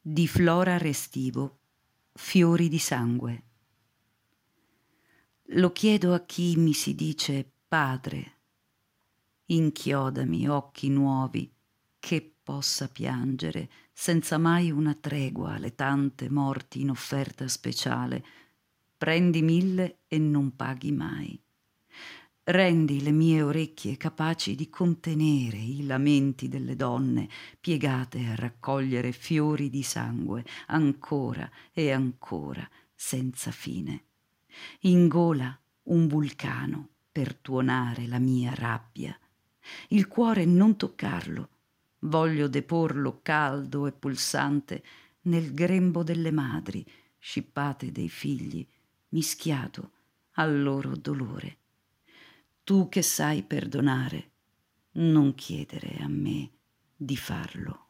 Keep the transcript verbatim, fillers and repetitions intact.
Di Flora Restivo, Fiori di sangue. Lo chiedo a chi mi si dice padre. Inchiodami occhi nuovi che possa piangere senza mai una tregua alle tante morti in offerta speciale. Prendi mille e non paghi mai. Rendi le mie orecchie capaci di contenere i lamenti delle donne piegate a raccogliere fiori di sangue ancora e ancora senza fine. In gola un vulcano per tuonare la mia rabbia. Il cuore non toccarlo, voglio deporlo caldo e pulsante nel grembo delle madri, scippate dei figli, mischiato al loro dolore. Tu che sai perdonare, non chiedere a me di farlo.